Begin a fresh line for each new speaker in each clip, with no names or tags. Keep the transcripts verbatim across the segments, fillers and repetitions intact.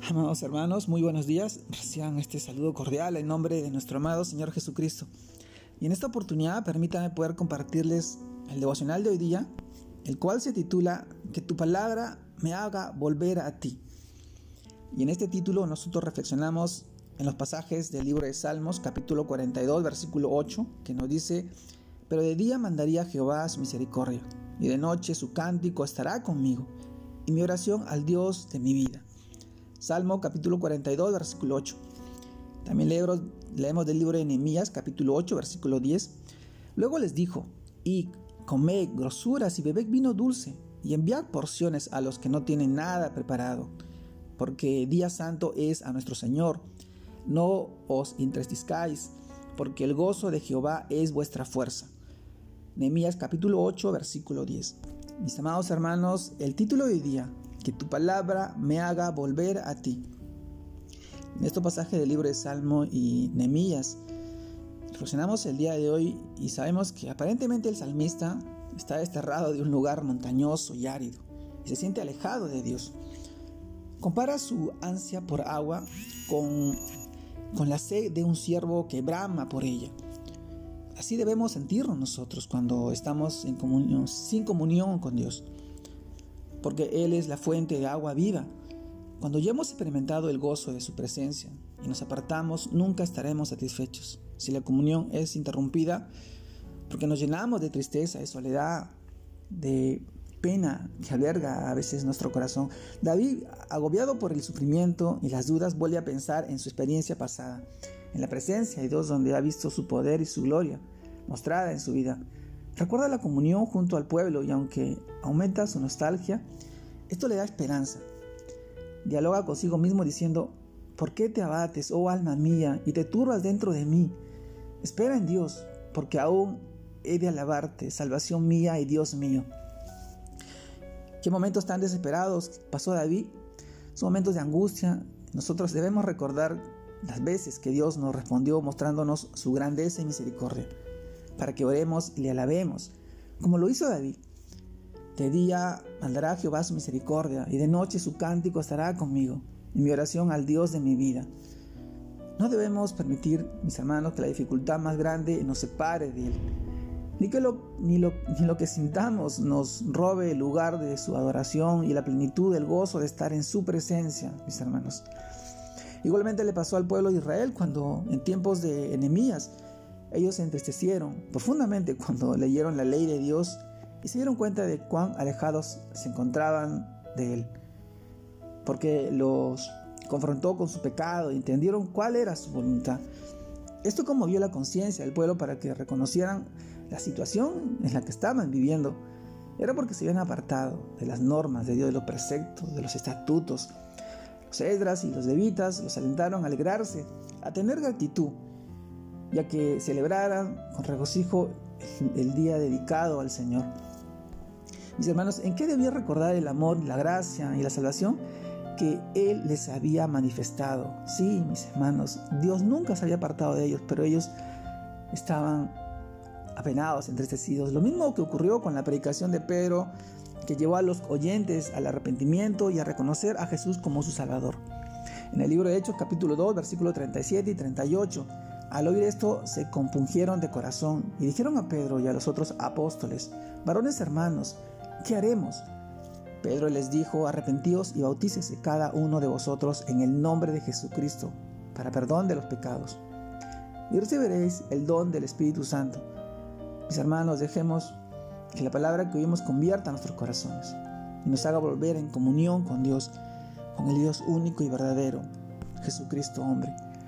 Amados hermanos, muy buenos días. Reciban este saludo cordial en nombre de nuestro amado Señor Jesucristo. Y en esta oportunidad permítanme poder compartirles el devocional de hoy día, el cual se titula Que tu palabra me haga volver a ti. Y en este título nosotros reflexionamos en los pasajes del libro de Salmos, capítulo cuarenta y dos, versículo ocho, que nos dice: Pero de día mandaría Jehová su misericordia, y de noche su cántico estará conmigo, y mi oración al Dios de mi vida. Salmo capítulo cuarenta y dos, versículo ocho. También leemos, leemos del libro de Nehemías, capítulo ocho, versículo diez. Luego les dijo: Y comed grosuras y bebed vino dulce, y enviad porciones a los que no tienen nada preparado, porque día santo es a nuestro Señor. No os entristezcáis, porque el gozo de Jehová es vuestra fuerza. Nehemías capítulo ocho, versículo diez. Mis amados hermanos, el título de hoy día: Que tu palabra me haga volver a ti. En este pasaje del libro de Salmo y Nehemías, reflexionamos el día de hoy y sabemos que aparentemente el salmista está desterrado de un lugar montañoso y árido y se siente alejado de Dios. Compara su ansia por agua con, con la sed de un ciervo que brama por ella. Así debemos sentirnos nosotros cuando estamos en comunión, sin comunión con Dios, porque Él es la fuente de agua viva. Cuando ya hemos experimentado el gozo de su presencia y nos apartamos, nunca estaremos satisfechos. Si la comunión es interrumpida, porque nos llenamos de tristeza, de soledad, de pena que alberga a veces nuestro corazón. David, agobiado por el sufrimiento y las dudas, vuelve a pensar en su experiencia pasada, en la presencia de Dios donde ha visto su poder y su gloria mostrada en su vida. Recuerda la comunión junto al pueblo y aunque aumenta su nostalgia, esto le da esperanza. Dialoga consigo mismo diciendo: ¿Por qué te abates, oh alma mía, y te turbas dentro de mí? Espera en Dios, porque aún he de alabarte, salvación mía y Dios mío. ¿Qué momentos tan desesperados pasó David? Son momentos de angustia. Nosotros debemos recordar las veces que Dios nos respondió mostrándonos su grandeza y misericordia, para que oremos y le alabemos, como lo hizo David. De día mandará Jehová su misericordia, y de noche su cántico estará conmigo, y mi oración al Dios de mi vida. No debemos permitir, mis hermanos, que la dificultad más grande nos separe de Él, ni que lo, ni lo, ni lo que sintamos nos robe el lugar de su adoración y la plenitud del gozo de estar en su presencia, mis hermanos. Igualmente le pasó al pueblo de Israel cuando en tiempos de Nehemías ellos se entristecieron profundamente cuando leyeron la ley de Dios y se dieron cuenta de cuán alejados se encontraban de Él, porque los confrontó con su pecado y entendieron cuál era su voluntad. Esto conmovió la conciencia del pueblo para que reconocieran la situación en la que estaban viviendo. Era porque se habían apartado de las normas de Dios, de los preceptos, de los estatutos. Los Esdras y los levitas los alentaron a alegrarse, a tener gratitud, ya que celebraran con regocijo el día dedicado al Señor. Mis hermanos, ¿en qué debía recordar el amor, la gracia y la salvación que Él les había manifestado? Sí, mis hermanos, Dios nunca se había apartado de ellos, pero ellos estaban apenados, entristecidos. Lo mismo que ocurrió con la predicación de Pedro, que llevó a los oyentes al arrepentimiento y a reconocer a Jesús como su Salvador. En el libro de Hechos, capítulo dos, versículos treinta y siete y treinta y ocho, al oír esto se compungieron de corazón y dijeron a Pedro y a los otros apóstoles: Varones hermanos, ¿qué haremos? Pedro les dijo: Arrepentíos y bautícese cada uno de vosotros en el nombre de Jesucristo para perdón de los pecados, y recibiréis el don del Espíritu Santo. Mis hermanos, dejemos que la palabra que oímos convierta nuestros corazones y nos haga volver en comunión con Dios, con el Dios único y verdadero, Jesucristo hombre.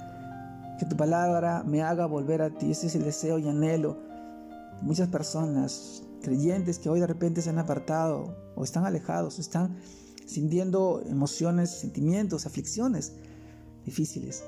Que tu palabra me haga volver a ti. Ese es el deseo y anhelo de muchas personas, creyentes, que hoy de repente se han apartado o están alejados, o están sintiendo emociones, sentimientos, aflicciones difíciles.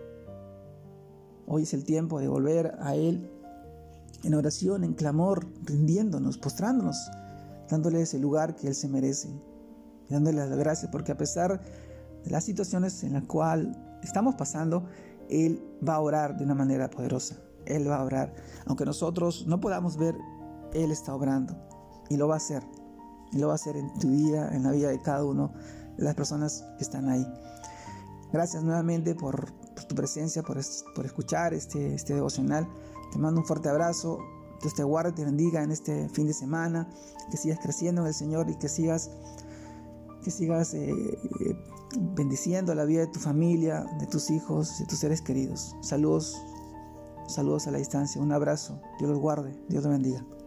Hoy es el tiempo de volver a Él en oración, en clamor, rindiéndonos, postrándonos, dándole ese lugar que Él se merece, y dándole las gracias, porque a pesar de las situaciones en las cuales estamos pasando, Él va a orar de una manera poderosa. Él va a orar, aunque nosotros no podamos ver, Él está obrando y lo va a hacer. Y lo va a hacer en tu vida, en la vida de cada uno de las personas que están ahí. Gracias nuevamente por, por tu presencia, por, es, por escuchar este, este devocional. Te mando un fuerte abrazo. Dios te guarde, te bendiga en este fin de semana. Que sigas creciendo en el Señor y que sigas, que sigas eh, eh, bendiciendo la vida de tu familia, de tus hijos, de tus seres queridos. Saludos, saludos a la distancia. Un abrazo. Dios los guarde. Dios los bendiga.